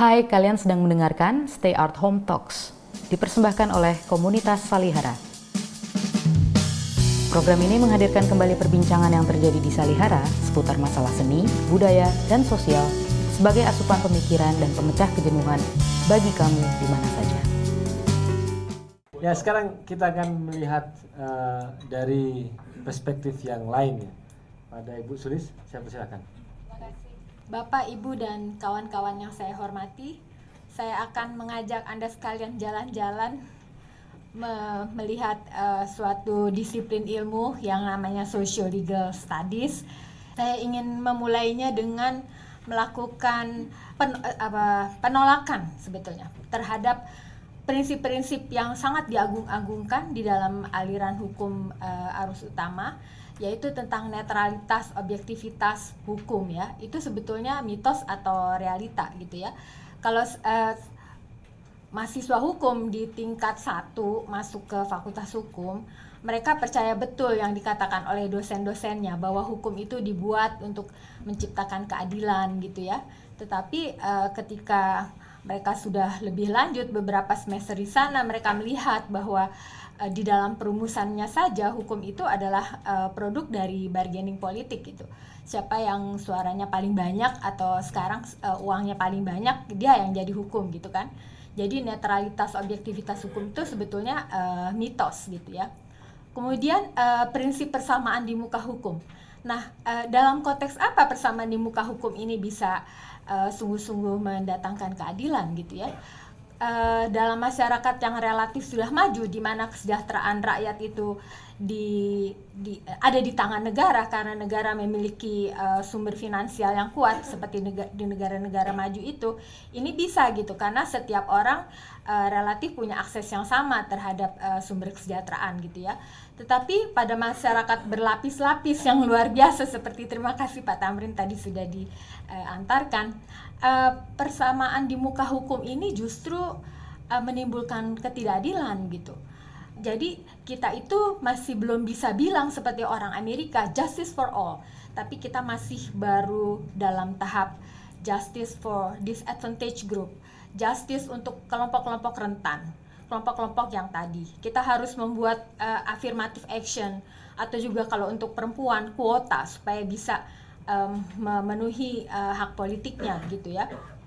Hai, kalian sedang mendengarkan Stay Art Home Talks, dipersembahkan oleh komunitas Salihara. Program ini menghadirkan kembali perbincangan yang terjadi di Salihara seputar masalah seni, budaya, dan sosial sebagai asupan pemikiran dan pemecah kejenuhan bagi kamu di mana saja. Ya, sekarang kita akan melihat dari perspektif yang lain ya. Pada Ibu Sulis, saya persilakan. Terima kasih. Bapak, Ibu, dan kawan-kawan yang saya hormati, saya akan mengajak Anda sekalian jalan-jalan melihat suatu disiplin ilmu yang namanya Social Legal Studies. Saya ingin memulainya dengan melakukan penolakan sebetulnya terhadap prinsip-prinsip yang sangat diagung-agungkan di dalam aliran hukum arus utama, yaitu tentang netralitas, objektivitas hukum ya. Itu sebetulnya mitos atau realita gitu ya. Kalau mahasiswa hukum di tingkat 1 masuk ke fakultas hukum, mereka percaya betul yang dikatakan oleh dosen-dosennya bahwa hukum itu dibuat untuk menciptakan keadilan gitu ya. Tetapi ketika mereka sudah lebih lanjut beberapa semester di sana, mereka melihat bahwa di dalam perumusannya saja hukum itu adalah produk dari bargaining politik gitu. Siapa yang suaranya paling banyak atau sekarang uangnya paling banyak, dia yang jadi hukum gitu kan. Jadi netralitas objektivitas hukum itu sebetulnya mitos gitu ya. Kemudian prinsip persamaan di muka hukum. Nah, dalam konteks apa persamaan di muka hukum ini bisa sungguh-sungguh mendatangkan keadilan gitu ya? Dalam masyarakat yang relatif sudah maju, di mana kesejahteraan rakyat itu ada di tangan negara karena negara memiliki sumber finansial yang kuat seperti di negara-negara maju itu, ini bisa gitu karena setiap orang relatif punya akses yang sama terhadap sumber kesejahteraan gitu ya. Tetapi pada masyarakat berlapis-lapis yang luar biasa seperti, terima kasih Pak Tamrin tadi sudah diantarkan, persamaan di muka hukum ini justru menimbulkan ketidakadilan gitu. Jadi kita itu masih belum bisa bilang seperti orang Amerika justice for all, tapi kita masih baru dalam tahap justice for disadvantaged group, justice untuk kelompok-kelompok rentan, kelompok-kelompok yang tadi. Kita harus membuat affirmative action atau juga kalau untuk perempuan kuota supaya bisa memenuhi hak politiknya gitu ya.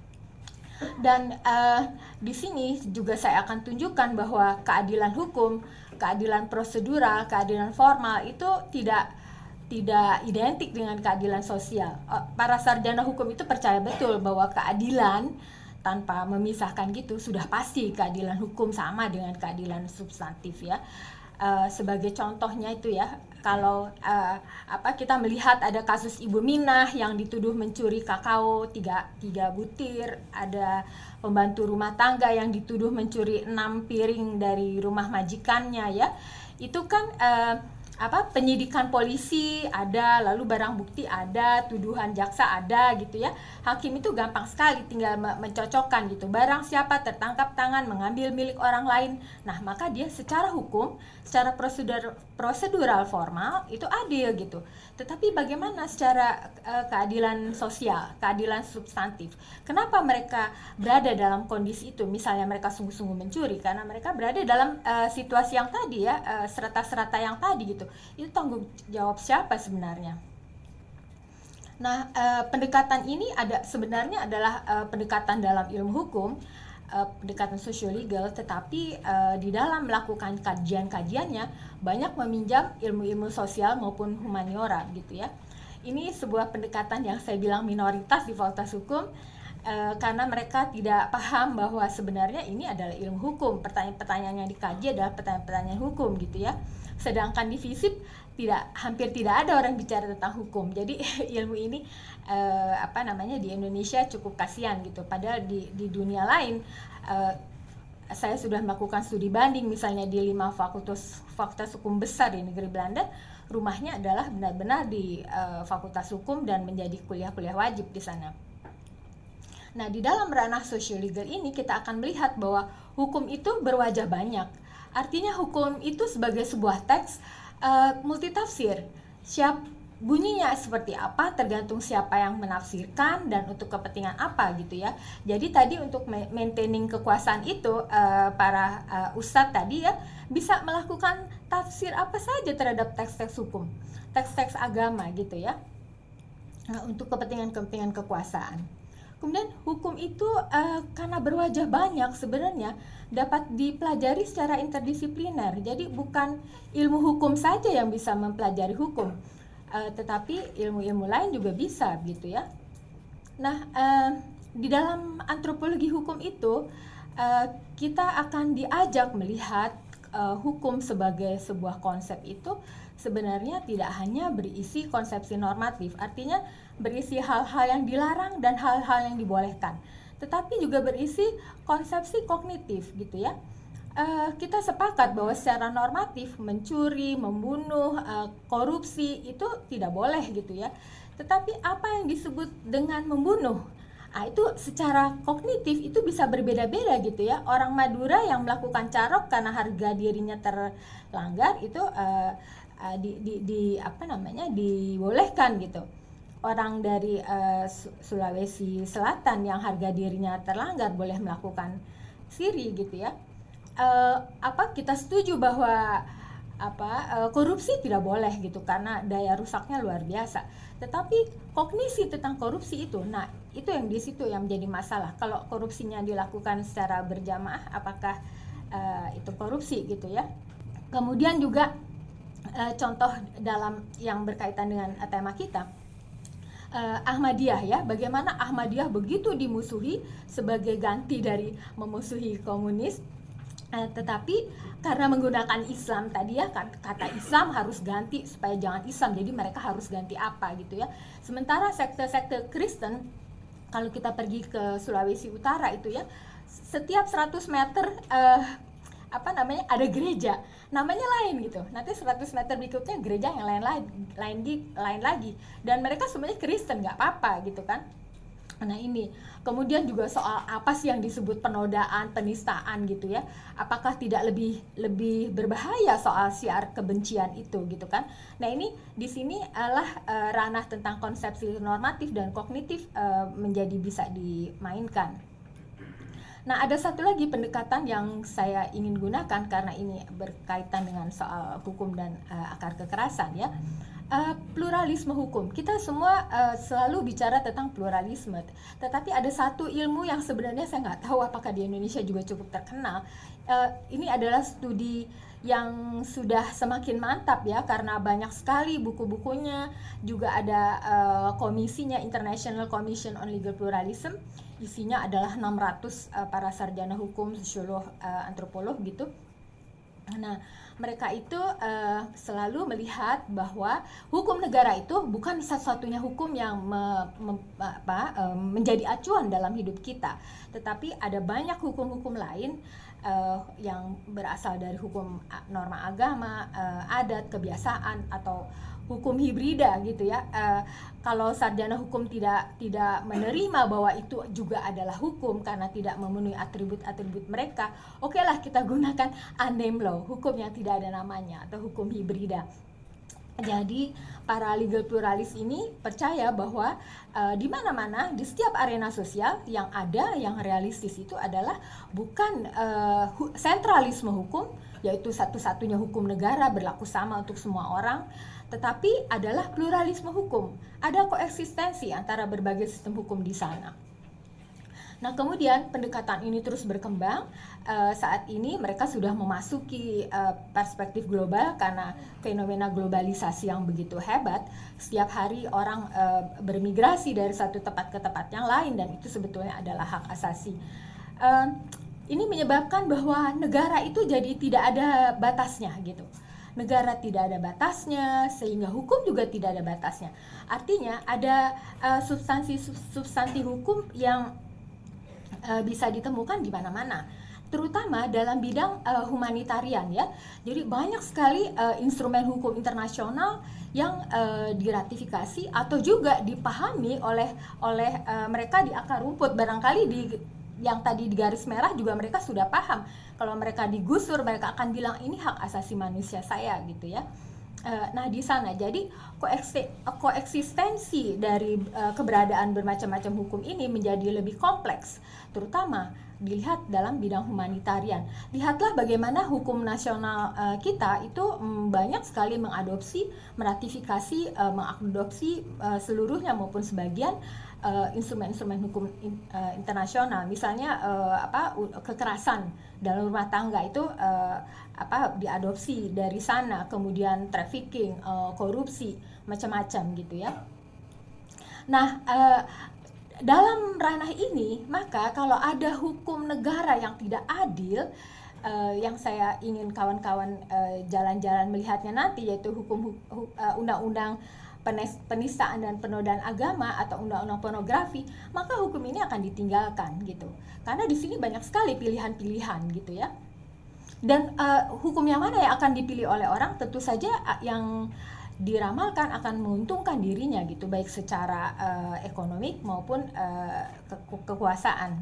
Dan di sini juga saya akan tunjukkan bahwa keadilan hukum, keadilan prosedural, keadilan formal itu tidak identik dengan keadilan sosial. Para sarjana hukum itu percaya betul bahwa keadilan tanpa memisahkan gitu sudah pasti keadilan hukum sama dengan keadilan substantif ya. Sebagai contohnya itu ya, kalau kita melihat ada kasus Ibu Minah yang dituduh mencuri kakao 3 butir, ada pembantu rumah tangga yang dituduh mencuri 6 piring dari rumah majikannya ya. Itu kan penyidikan polisi ada, lalu barang bukti ada, tuduhan jaksa ada gitu ya. Hakim itu gampang sekali tinggal mencocokkan gitu. Barang siapa tertangkap tangan mengambil milik orang lain. Nah, maka dia secara hukum, secara prosedural formal itu adil gitu. Tetapi bagaimana secara keadilan sosial, keadilan substantif? Kenapa mereka berada dalam kondisi itu? Misalnya mereka sungguh-sungguh mencuri karena mereka berada dalam situasi yang tadi ya, serata-serata yang tadi gitu. Itu tanggung jawab siapa sebenarnya? Nah, pendekatan ini sebenarnya adalah pendekatan dalam ilmu hukum, pendekatan social legal, tetapi di dalam melakukan kajian-kajiannya banyak meminjam ilmu-ilmu sosial maupun humaniora gitu ya. Ini sebuah pendekatan yang saya bilang minoritas di fakultas hukum, karena mereka tidak paham bahwa sebenarnya ini adalah ilmu hukum. Pertanyaan-pertanyaan yang dikaji adalah pertanyaan-pertanyaan hukum gitu ya. Sedangkan di FISIP hampir tidak ada orang bicara tentang hukum. Jadi ilmu ini di Indonesia cukup kasihan gitu. Padahal di dunia lain saya sudah melakukan studi banding misalnya di 5 fakultas hukum besar di negeri Belanda, rumahnya adalah benar-benar di fakultas hukum dan menjadi kuliah-kuliah wajib di sana. Nah, di dalam ranah social legal ini kita akan melihat bahwa hukum itu berwajah banyak. Artinya hukum itu sebagai sebuah teks multitafsir. bunyinya seperti apa tergantung siapa yang menafsirkan dan untuk kepentingan apa gitu ya. Jadi tadi untuk maintaining kekuasaan itu para ustadz tadi ya bisa melakukan tafsir apa saja terhadap teks-teks hukum, teks-teks agama gitu ya, untuk kepentingan kekuasaan. Kemudian hukum itu karena berwajah banyak sebenarnya dapat dipelajari secara interdisipliner. Jadi bukan ilmu hukum saja yang bisa mempelajari hukum, tetapi ilmu-ilmu lain juga bisa gitu ya. Nah, di dalam antropologi hukum itu kita akan diajak melihat hukum sebagai sebuah konsep itu sebenarnya tidak hanya berisi konsepsi normatif, artinya berisi hal-hal yang dilarang dan hal-hal yang dibolehkan, tetapi juga berisi konsepsi kognitif gitu ya. Kita sepakat bahwa secara normatif mencuri, membunuh, korupsi itu tidak boleh gitu ya. Tetapi apa yang disebut dengan membunuh? Itu secara kognitif itu bisa berbeda-beda gitu ya. Orang Madura yang melakukan carok karena harga dirinya terlanggar itu dibolehkan gitu. Orang dari Sulawesi Selatan yang harga dirinya terlanggar boleh melakukan siri gitu ya. Kita setuju bahwa korupsi tidak boleh gitu karena daya rusaknya luar biasa. Tetapi kognisi tentang korupsi itu, nah itu yang di situ yang menjadi masalah. Kalau korupsinya dilakukan secara berjamaah, apakah itu korupsi gitu ya? Kemudian juga contoh dalam yang berkaitan dengan tema kita, Ahmadiyah ya, bagaimana Ahmadiyah begitu dimusuhi sebagai ganti dari memusuhi komunis. Tetapi karena menggunakan Islam tadi ya, kata Islam harus ganti supaya jangan Islam, jadi mereka harus ganti apa gitu ya. Sementara sekte-sekte Kristen, kalau kita pergi ke Sulawesi Utara itu ya, setiap 100 meter ada gereja, namanya lain gitu. Nanti 100 meter berikutnya gereja yang lain lagi, dan mereka sebenarnya Kristen, nggak apa-apa gitu kan. Nah ini kemudian juga soal apa sih yang disebut penodaan, penistaan gitu ya, apakah tidak lebih berbahaya soal siar kebencian itu gitu kan. Nah ini di sini adalah ranah tentang konsepsi normatif dan kognitif menjadi bisa dimainkan. Nah ada satu lagi pendekatan yang saya ingin gunakan karena ini berkaitan dengan soal hukum dan akar kekerasan ya. Pluralisme hukum. Kita semua selalu bicara tentang pluralisme, tetapi ada satu ilmu yang sebenarnya saya nggak tahu apakah di Indonesia juga cukup terkenal. Ini adalah studi yang sudah semakin mantap ya, karena banyak sekali buku-bukunya, juga ada komisinya, International Commission on Legal Pluralism. Isinya adalah 600 para sarjana hukum, sosiolog, antropolog gitu. Nah, mereka itu selalu melihat bahwa hukum negara itu bukan satu-satunya hukum yang menjadi acuan dalam hidup kita, tetapi ada banyak hukum-hukum lain yang berasal dari hukum norma agama, adat, kebiasaan, atau hukum hibrida gitu ya. Kalau sarjana hukum tidak menerima bahwa itu juga adalah hukum karena tidak memenuhi atribut-atribut mereka, okelah kita gunakan unnamed law, hukum yang tidak ada namanya, atau hukum hibrida. Jadi para legal pluralis ini percaya bahwa di mana-mana, di setiap arena sosial yang ada, yang realistis itu adalah bukan sentralisme hukum, yaitu satu-satunya hukum negara berlaku sama untuk semua orang, tetapi adalah pluralisme hukum. Ada koeksistensi antara berbagai sistem hukum di sana. Nah, kemudian pendekatan ini terus berkembang. Saat ini mereka sudah memasuki perspektif global karena fenomena globalisasi yang begitu hebat. Setiap hari orang bermigrasi dari satu tempat ke tempat yang lain, dan itu sebetulnya adalah hak asasi. Ini menyebabkan bahwa negara itu jadi tidak ada batasnya gitu. Negara tidak ada batasnya, sehingga hukum juga tidak ada batasnya. Artinya ada substansi hukum yang bisa ditemukan di mana-mana, terutama dalam bidang humanitarian ya. Jadi banyak sekali instrumen hukum internasional yang diratifikasi atau juga dipahami oleh mereka di akar rumput. Barangkali yang tadi di garis merah juga mereka sudah paham. Kalau mereka digusur, mereka akan bilang ini hak asasi manusia saya gitu ya. Nah di sana jadi koeksistensi dari keberadaan bermacam-macam hukum ini menjadi lebih kompleks, terutama dilihat dalam bidang humanitarian. Lihatlah bagaimana hukum nasional kita itu banyak sekali mengadopsi, meratifikasi, mengadopsi seluruhnya maupun sebagian instrumen-instrumen hukum internasional. Misalnya kekerasan dalam rumah tangga itu diadopsi dari sana, kemudian trafficking, korupsi, macam-macam gitu ya. Nah, dalam ranah ini, maka kalau ada hukum negara yang tidak adil, yang saya ingin kawan-kawan jalan-jalan melihatnya nanti, yaitu undang-undang penistaan dan penodaan agama atau undang-undang pornografi, maka hukum ini akan ditinggalkan gitu. Karena di sini banyak sekali pilihan-pilihan gitu ya. Dan hukum yang mana yang akan dipilih oleh orang, tentu saja yang diramalkan akan menguntungkan dirinya gitu, baik secara ekonomik maupun kekuasaan.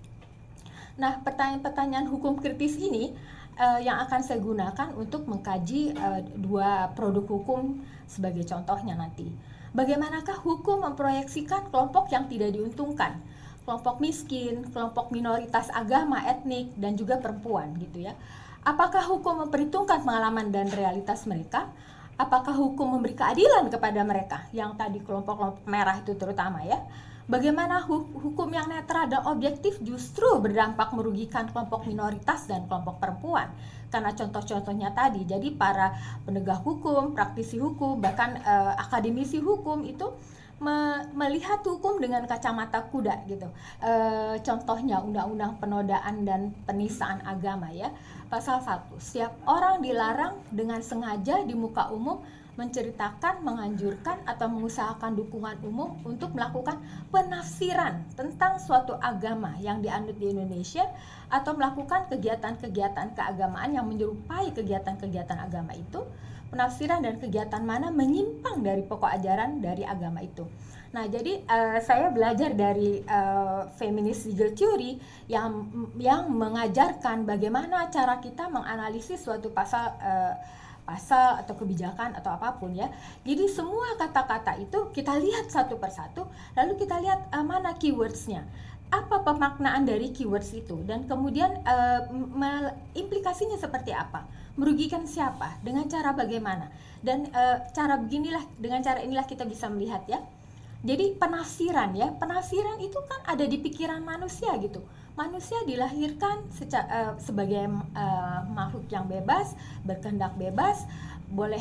Nah, pertanyaan-pertanyaan hukum kritis ini yang akan saya gunakan untuk mengkaji dua produk hukum sebagai contohnya nanti. Bagaimanakah hukum memproyeksikan kelompok yang tidak diuntungkan, kelompok miskin, kelompok minoritas agama, etnik, dan juga perempuan gitu ya. Apakah hukum memperhitungkan pengalaman dan realitas mereka? Apakah hukum memberi keadilan kepada mereka, yang tadi kelompok-kelompok merah itu terutama ya? Bagaimana hukum yang netral dan objektif justru berdampak merugikan kelompok minoritas dan kelompok perempuan? Karena contoh-contohnya tadi, jadi para penegak hukum, praktisi hukum, bahkan akademisi hukum itu melihat hukum dengan kacamata kuda gitu. Contohnya undang-undang penodaan dan penistaan agama ya. Pasal 1, setiap orang dilarang dengan sengaja di muka umum menceritakan, menganjurkan, atau mengusahakan dukungan umum untuk melakukan penafsiran tentang suatu agama yang dianut di Indonesia, atau melakukan kegiatan-kegiatan keagamaan yang menyerupai kegiatan-kegiatan agama itu. Penafsiran dan kegiatan mana menyimpang dari pokok ajaran dari agama itu. Nah, jadi saya belajar dari feminist legal theory yang mengajarkan bagaimana cara kita menganalisis suatu pasal atau kebijakan atau apapun ya. Jadi semua kata-kata itu kita lihat satu persatu, lalu kita lihat mana keywordsnya, apa pemaknaan dari keywords itu, dan kemudian implikasinya seperti apa, merugikan siapa, dengan cara bagaimana, dan dengan cara inilah kita bisa melihat ya. Jadi penafsiran penafsiran itu kan ada di pikiran manusia gitu. Manusia dilahirkan sebagai makhluk yang bebas, berkehendak bebas, boleh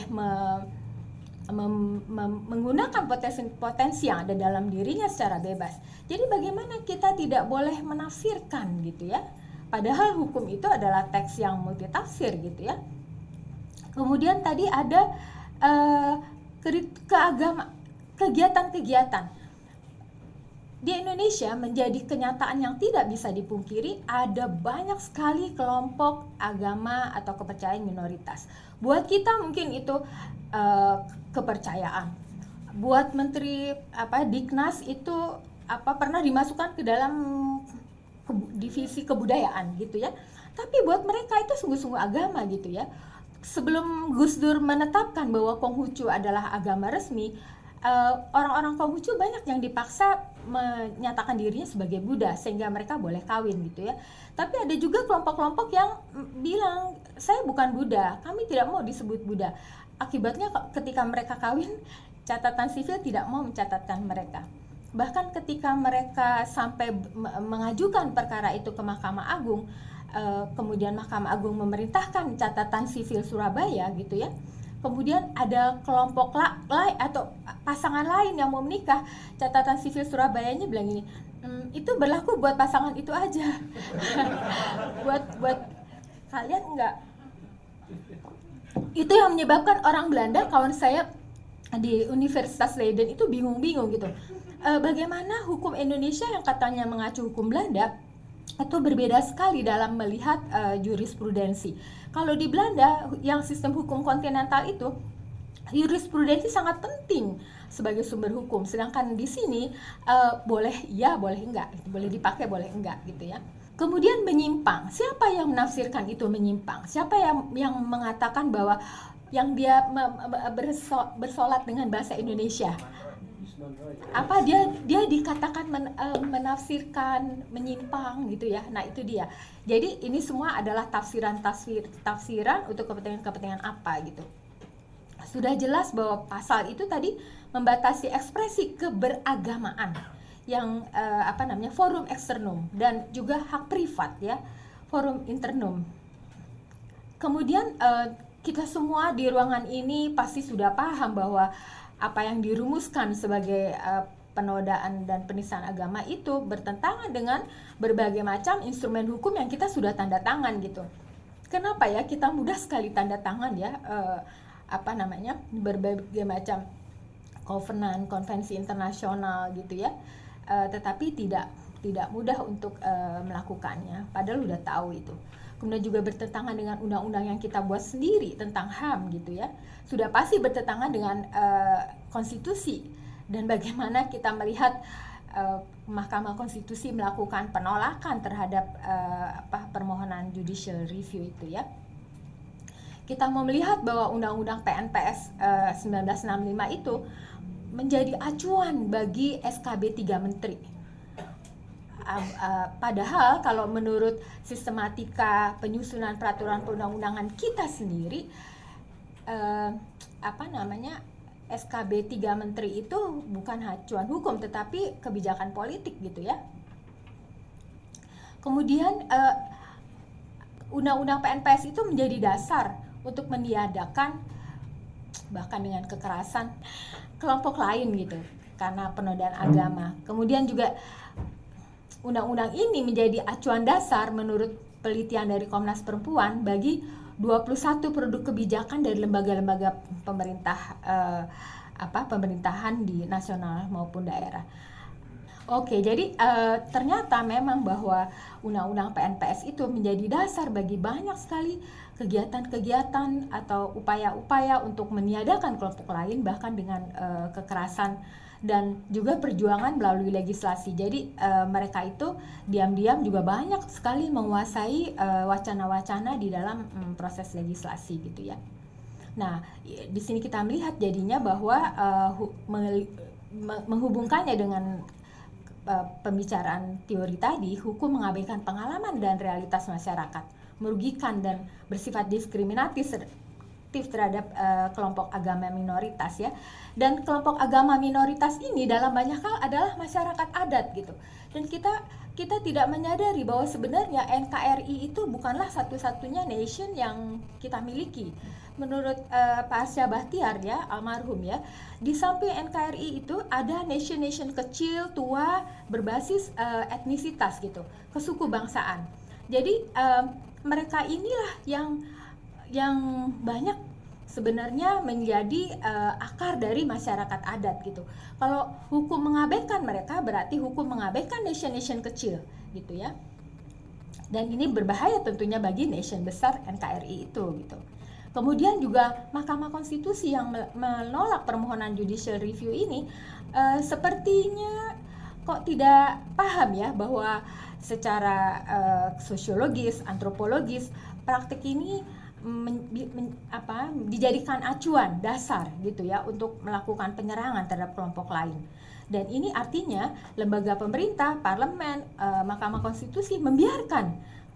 menggunakan potensi yang ada dalam dirinya secara bebas. Jadi bagaimana kita tidak boleh menafsirkan gitu ya? Padahal hukum itu adalah teks yang multitafsir gitu ya. Kemudian tadi ada kegiatan-kegiatan. Di Indonesia menjadi kenyataan yang tidak bisa dipungkiri, ada banyak sekali kelompok agama atau kepercayaan minoritas. Buat kita mungkin itu kepercayaan. Buat Menteri Diknas itu pernah dimasukkan ke dalam divisi kebudayaan gitu ya. Tapi buat mereka itu sungguh-sungguh agama gitu ya. Sebelum Gus Dur menetapkan bahwa Konghucu adalah agama resmi, orang-orang Konghucu banyak yang dipaksa menyatakan dirinya sebagai Buddha sehingga mereka boleh kawin gitu ya. Tapi ada juga kelompok-kelompok yang bilang, saya bukan Buddha, kami tidak mau disebut Buddha. Akibatnya ketika mereka kawin, catatan sipil tidak mau mencatatkan mereka. Bahkan ketika mereka sampai mengajukan perkara itu ke Mahkamah Agung, kemudian Mahkamah Agung memerintahkan catatan sipil Surabaya gitu ya. Kemudian ada kelompok lain atau pasangan lain yang mau menikah, catatan sipil Surabayanya bilang gini, itu berlaku buat pasangan itu aja, buat kalian enggak. Itu yang menyebabkan orang Belanda, kawan saya di Universitas Leiden itu bingung-bingung gitu. Bagaimana hukum Indonesia yang katanya mengacu hukum Belanda itu berbeda sekali dalam melihat jurisprudensi. Kalau di Belanda yang sistem hukum kontinental itu, jurisprudensi sangat penting sebagai sumber hukum, sedangkan di sini boleh iya boleh enggak, boleh dipakai boleh enggak gitu ya. Kemudian menyimpang, siapa yang menafsirkan itu menyimpang? Siapa yang mengatakan bahwa yang dia bersolat dengan bahasa Indonesia. Apa dia dikatakan menafsirkan menyimpang gitu ya. Nah, itu dia. Jadi ini semua adalah tafsiran untuk kepentingan apa gitu. Sudah jelas bahwa pasal itu tadi membatasi ekspresi keberagamaan yang forum externum dan juga hak privat ya, forum internum. Kemudian kita semua di ruangan ini pasti sudah paham bahwa apa yang dirumuskan sebagai penodaan dan penistaan agama itu bertentangan dengan berbagai macam instrumen hukum yang kita sudah tanda tangan gitu. Kenapa ya kita mudah sekali tanda tangan ya berbagai macam covenant, konvensi internasional gitu ya, tetapi tidak mudah untuk melakukannya. Padahal udah tahu itu. Kemudian juga bertentangan dengan undang-undang yang kita buat sendiri tentang HAM gitu ya. Sudah pasti bertentangan dengan konstitusi. Dan bagaimana kita melihat Mahkamah Konstitusi melakukan penolakan terhadap permohonan judicial review itu ya. Kita mau melihat bahwa undang-undang PNPS 1965 itu menjadi acuan bagi SKB 3 Menteri. Padahal kalau menurut sistematika penyusunan peraturan perundang-undangan kita sendiri, SKB 3 Menteri itu bukan acuan hukum tetapi kebijakan politik gitu ya. Kemudian undang-undang PNPS itu menjadi dasar untuk meniadakan bahkan dengan kekerasan kelompok lain gitu karena penodaan agama. Kemudian juga undang-undang ini menjadi acuan dasar menurut penelitian dari Komnas Perempuan bagi 21 produk kebijakan dari lembaga-lembaga pemerintahan di nasional maupun daerah. Oke, jadi ternyata memang bahwa undang-undang PNPS itu menjadi dasar bagi banyak sekali kegiatan-kegiatan atau upaya-upaya untuk meniadakan kelompok lain bahkan dengan kekerasan dan juga perjuangan melalui legislasi. Jadi mereka itu diam-diam juga banyak sekali menguasai wacana-wacana di dalam proses legislasi gitu ya. Nah, di sini kita melihat jadinya bahwa menghubungkannya dengan pembicaraan teori tadi, hukum mengabaikan pengalaman dan realitas masyarakat, merugikan dan bersifat diskriminatif terhadap kelompok agama minoritas ya. Dan kelompok agama minoritas ini dalam banyak hal adalah masyarakat adat gitu. Dan kita tidak menyadari bahwa sebenarnya NKRI itu bukanlah satu-satunya nation yang kita miliki. Menurut Pak Arsya Bahtiar ya, almarhum ya, di samping NKRI itu ada nation-nation kecil, tua, berbasis etnisitas gitu, kesuku bangsaan. Jadi mereka inilah yang banyak sebenarnya menjadi akar dari masyarakat adat gitu. Kalau hukum mengabaikan mereka berarti hukum mengabaikan nation-nation kecil gitu ya. Dan ini berbahaya tentunya bagi nation besar NKRI itu gitu. Kemudian juga Mahkamah Konstitusi yang menolak permohonan judicial review ini sepertinya kok tidak paham ya bahwa secara sosiologis, antropologis praktik ini dijadikan acuan dasar gitu ya untuk melakukan penyerangan terhadap kelompok lain. Dan ini artinya lembaga pemerintah, parlemen, Mahkamah Konstitusi membiarkan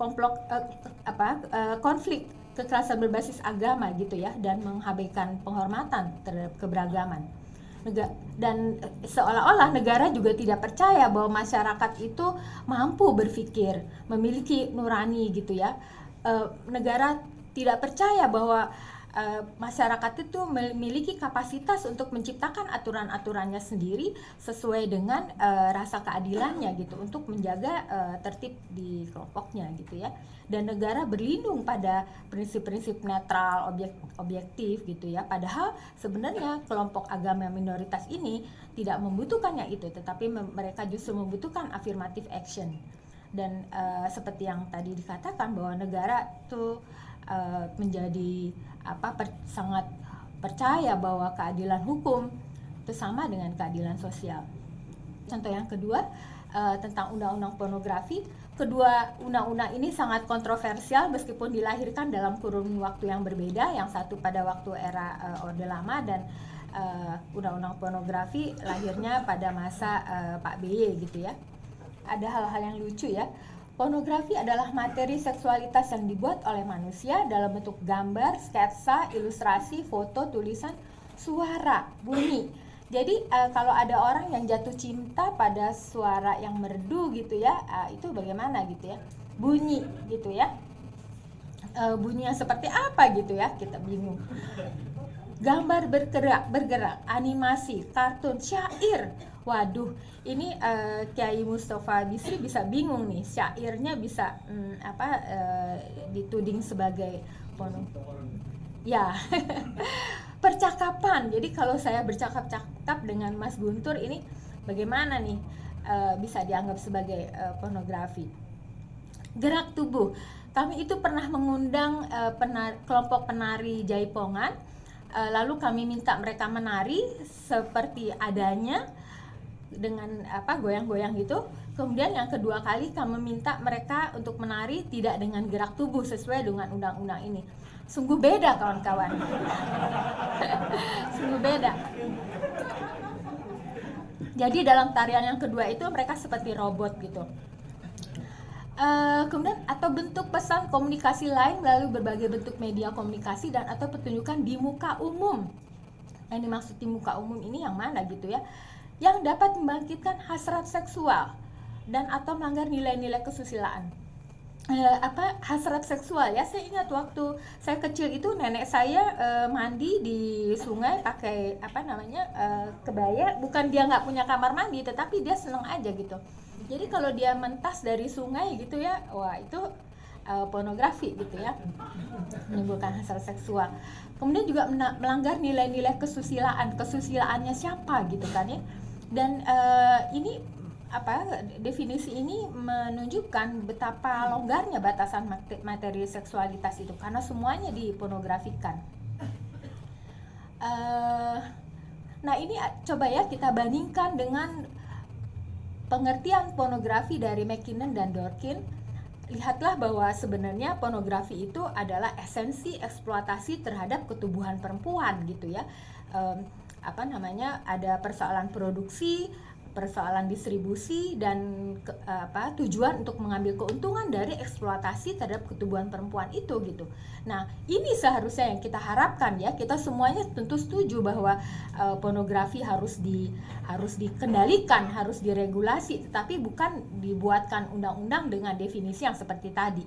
konflik kekerasan berbasis agama gitu ya dan mengabaikan penghormatan terhadap keberagaman. Dan seolah-olah negara juga tidak percaya bahwa masyarakat itu mampu berpikir, memiliki nurani gitu ya. Negara tidak percaya bahwa masyarakat itu memiliki kapasitas untuk menciptakan aturan-aturannya sendiri sesuai dengan rasa keadilannya gitu untuk menjaga tertib di kelompoknya gitu ya. Dan negara berlindung pada prinsip-prinsip netral, objektif gitu ya. Padahal sebenarnya kelompok agama minoritas ini tidak membutuhkannya itu, tetapi mereka justru membutuhkan affirmative action. Dan seperti yang tadi dikatakan bahwa negara itu menjadi sangat percaya bahwa keadilan hukum itu sama dengan keadilan sosial. Contoh yang kedua tentang undang-undang pornografi, kedua undang-undang ini sangat kontroversial meskipun dilahirkan dalam kurun waktu yang berbeda, yang satu pada waktu era Orde Lama dan undang-undang pornografi lahirnya pada masa Pak BY gitu ya. Ada hal-hal yang lucu ya. Pornografi adalah materi seksualitas yang dibuat oleh manusia dalam bentuk gambar, sketsa, ilustrasi, foto, tulisan, suara, bunyi. Jadi kalau ada orang yang jatuh cinta pada suara yang merdu gitu ya, itu bagaimana gitu ya, bunyi gitu ya, bunyi yang seperti apa gitu ya, kita bingung. Gambar bergerak, animasi, kartun, syair. Waduh, ini Kiai Mustafa Bisri bisa bingung nih, syairnya bisa dituding sebagai porno. Ya. Percakapan. Jadi kalau saya bercakap-cakap dengan Mas Guntur ini bagaimana nih bisa dianggap sebagai pornografi. Gerak tubuh. Kami itu pernah mengundang kelompok penari Jaipongan, lalu kami minta mereka menari seperti adanya dengan goyang-goyang gitu. Kemudian yang kedua kali kami minta mereka untuk menari tidak dengan gerak tubuh sesuai dengan undang-undang ini. Sungguh beda kawan-kawan. Sungguh beda. Jadi dalam tarian yang kedua itu mereka seperti robot gitu. Kemudian atau bentuk pesan komunikasi lain melalui berbagai bentuk media komunikasi dan atau pertunjukan di muka umum. Yang dimaksud di muka umum ini yang mana gitu ya? Yang dapat membangkitkan hasrat seksual dan atau melanggar nilai-nilai kesusilaan. Hasrat seksual ya, saya ingat waktu saya kecil itu nenek saya mandi di sungai pakai kebaya, bukan dia nggak punya kamar mandi tetapi dia seneng aja gitu. Jadi kalau dia mentas dari sungai gitu ya, wah itu pornografi gitu ya, menimbulkan hasrat seksual. Kemudian juga melanggar nilai-nilai kesusilaannya siapa gitu kan ya. Dan ini definisi ini menunjukkan betapa longgarnya batasan materi seksualitas itu karena semuanya dipornografikan. Nah ini coba ya kita bandingkan dengan pengertian pornografi dari McKinnon dan Dworkin. Lihatlah bahwa sebenarnya pornografi itu adalah esensi eksploitasi terhadap ketubuhan perempuan gitu ya. Ada persoalan produksi, persoalan distribusi dan tujuan untuk mengambil keuntungan dari eksploitasi terhadap ketubuhan perempuan itu gitu. Nah ini seharusnya yang kita harapkan ya, kita semuanya tentu setuju bahwa pornografi harus dikendalikan, harus diregulasi, tetapi bukan dibuatkan undang-undang dengan definisi yang seperti tadi.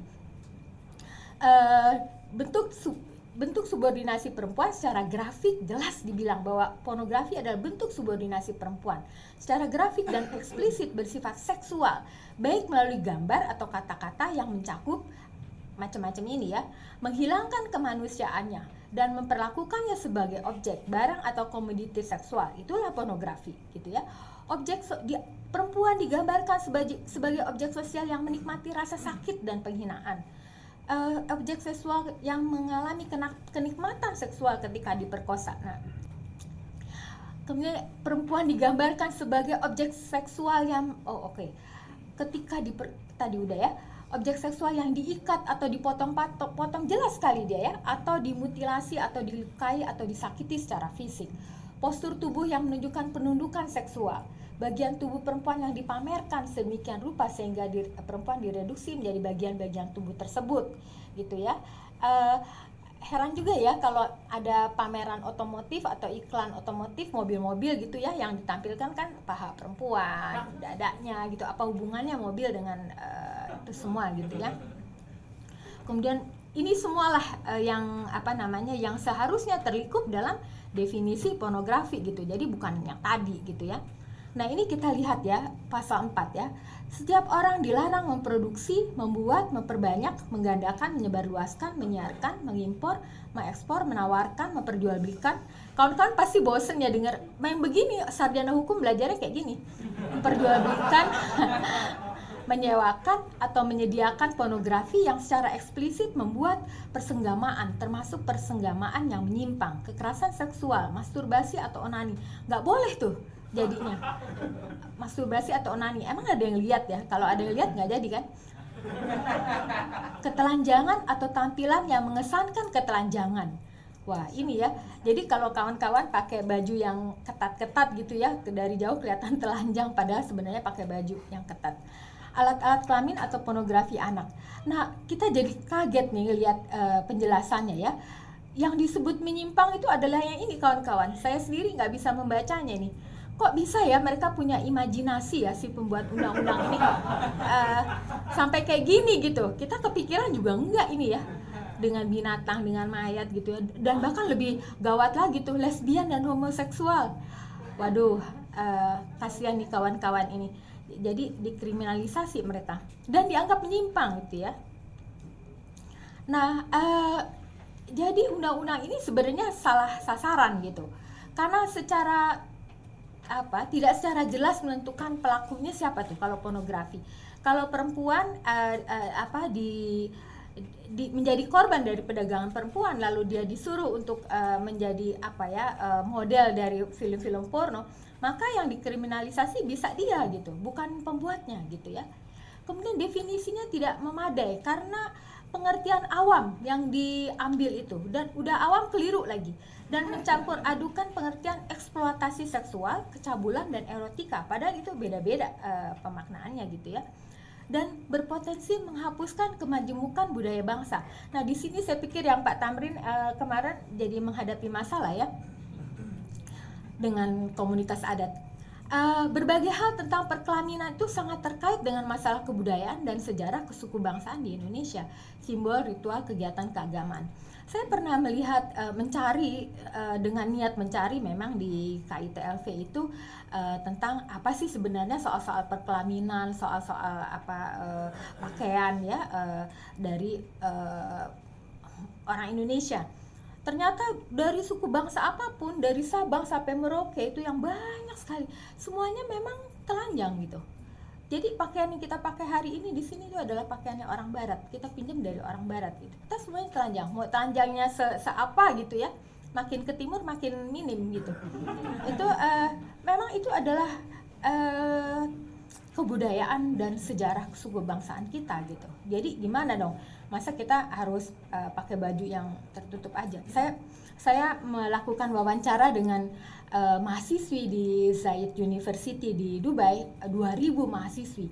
Bentuk subordinasi perempuan secara grafik jelas dibilang bahwa pornografi adalah bentuk subordinasi perempuan secara grafik dan eksplisit bersifat seksual, baik melalui gambar atau kata-kata yang mencakup macam-macam ini ya, menghilangkan kemanusiaannya dan memperlakukannya sebagai objek, barang atau komoditi seksual. Itulah pornografi gitu ya. Perempuan digambarkan sebagai objek sosial yang menikmati rasa sakit dan penghinaan. Objek seksual yang mengalami kenikmatan seksual ketika diperkosa. Nah, kemudian perempuan digambarkan sebagai objek seksual yang ketika tadi udah ya, objek seksual yang diikat atau dipotong-potong jelas sekali dia ya, atau dimutilasi atau dilukai atau disakiti secara fisik. Postur tubuh yang menunjukkan penundukan seksual. Bagian tubuh perempuan yang dipamerkan sedemikian rupa sehingga perempuan direduksi menjadi bagian-bagian tubuh tersebut gitu ya. Heran juga ya kalau ada pameran otomotif atau iklan otomotif mobil-mobil gitu ya, yang ditampilkan kan paha perempuan, dadanya gitu, apa hubungannya mobil dengan itu semua gitu ya. Kemudian ini semualah yang seharusnya terlingkup dalam definisi pornografi gitu, jadi bukan yang tadi gitu ya. Nah ini kita lihat ya, pasal 4 ya. Setiap orang dilarang memproduksi, membuat, memperbanyak, menggandakan, menyebarluaskan, menyiarkan, mengimpor, mengekspor, menawarkan, memperjualbelikan. Kawan-kawan pasti bosen ya dengar main begini, sarjana hukum belajarnya kayak gini. Memperjualbelikan, menyewakan atau menyediakan pornografi yang secara eksplisit membuat persenggamaan, termasuk persenggamaan yang menyimpang, kekerasan seksual, masturbasi atau onani. Nggak boleh tuh jadinya masturbasi atau onani. Emang ada yang lihat ya? Kalau ada yang lihat nggak jadi kan? Ketelanjangan atau tampilan yang mengesankan ketelanjangan. Wah, ini ya. Jadi kalau kawan-kawan pakai baju yang ketat-ketat gitu ya, dari jauh kelihatan telanjang padahal sebenarnya pakai baju yang ketat. Alat-alat kelamin atau pornografi anak. Nah, kita jadi kaget nih lihat penjelasannya ya. Yang disebut menyimpang itu adalah yang ini kawan-kawan. Saya sendiri nggak bisa membacanya nih. Kok bisa ya mereka punya imajinasi ya si pembuat undang-undang ini sampai kayak gini gitu. Kita kepikiran juga enggak ini ya, dengan binatang, dengan mayat gitu ya. Dan bahkan lebih gawat lagi tuh lesbian dan homoseksual. Waduh, kasihan nih kawan-kawan ini. Jadi dikriminalisasi mereka dan dianggap menyimpang gitu ya. Nah, jadi undang-undang ini sebenarnya salah sasaran gitu. Karena tidak secara jelas menentukan pelakunya siapa tuh kalau pornografi. Kalau perempuan menjadi korban dari perdagangan perempuan lalu dia disuruh untuk menjadi model dari film-film porno, maka yang dikriminalisasi bisa dia gitu, bukan pembuatnya gitu ya. Kemudian definisinya tidak memadai karena pengertian awam yang diambil itu, dan udah awam keliru lagi, dan mencampur adukan pengertian eksploitasi seksual, kecabulan dan erotika, padahal itu beda-beda pemaknaannya gitu ya, dan berpotensi menghapuskan kemajemukan budaya bangsa. Nah di sini saya pikir yang Pak Tamrin kemarin jadi menghadapi masalah ya dengan komunitas adat. Berbagai hal tentang perkelaminan itu sangat terkait dengan masalah kebudayaan dan sejarah kesukubangsaan di Indonesia, simbol, ritual, kegiatan keagamaan. Saya pernah melihat mencari dengan niat mencari memang di KITLV itu tentang apa sih sebenarnya soal-soal perkelaminan, soal-soal pakaian ya dari orang Indonesia. Ternyata dari suku bangsa apapun, dari Sabang sampai Merauke itu yang banyak sekali, semuanya memang telanjang gitu. Jadi pakaian yang kita pakai hari ini di sini itu adalah pakaiannya orang Barat. Kita pinjam dari orang Barat gitu. Kita semuanya telanjang. Mau telanjangnya seapa gitu ya, makin ke timur makin minim gitu. Itu memang itu adalah kebudayaan dan sejarah kesukubangsaan kita gitu. Jadi gimana dong? Masa kita harus pakai baju yang tertutup aja? Saya melakukan wawancara dengan mahasiswi di Zayed University di Dubai, 2.000 mahasiswi.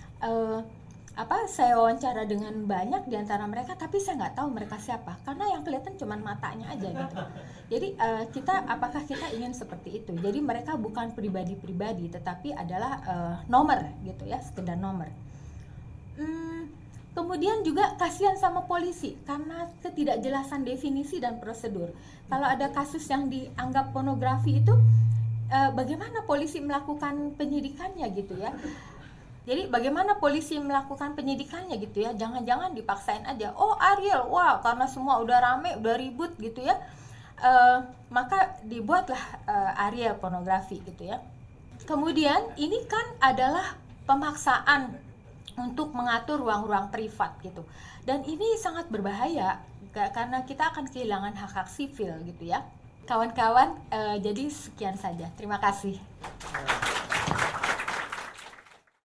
Saya wawancara dengan banyak di antara mereka, tapi saya nggak tahu mereka siapa, karena yang kelihatan cuma matanya aja gitu. Jadi apakah kita ingin seperti itu? Jadi mereka bukan pribadi-pribadi, tetapi adalah nomor gitu ya, sekedar nomor. Kemudian juga kasihan sama polisi karena ketidakjelasan definisi dan prosedur. Kalau ada kasus yang dianggap pornografi itu, bagaimana polisi melakukan penyidikannya gitu ya? Jadi bagaimana polisi melakukan penyidikannya gitu ya? Jangan-jangan dipaksain aja. Oh Ariel, wah karena semua udah rame, udah ribut gitu ya, maka dibuatlah Ariel pornografi gitu ya. Kemudian ini kan adalah pemaksaan untuk mengatur ruang-ruang privat gitu, dan ini sangat berbahaya karena kita akan kehilangan hak-hak sipil gitu ya kawan-kawan. Jadi sekian saja, terima kasih.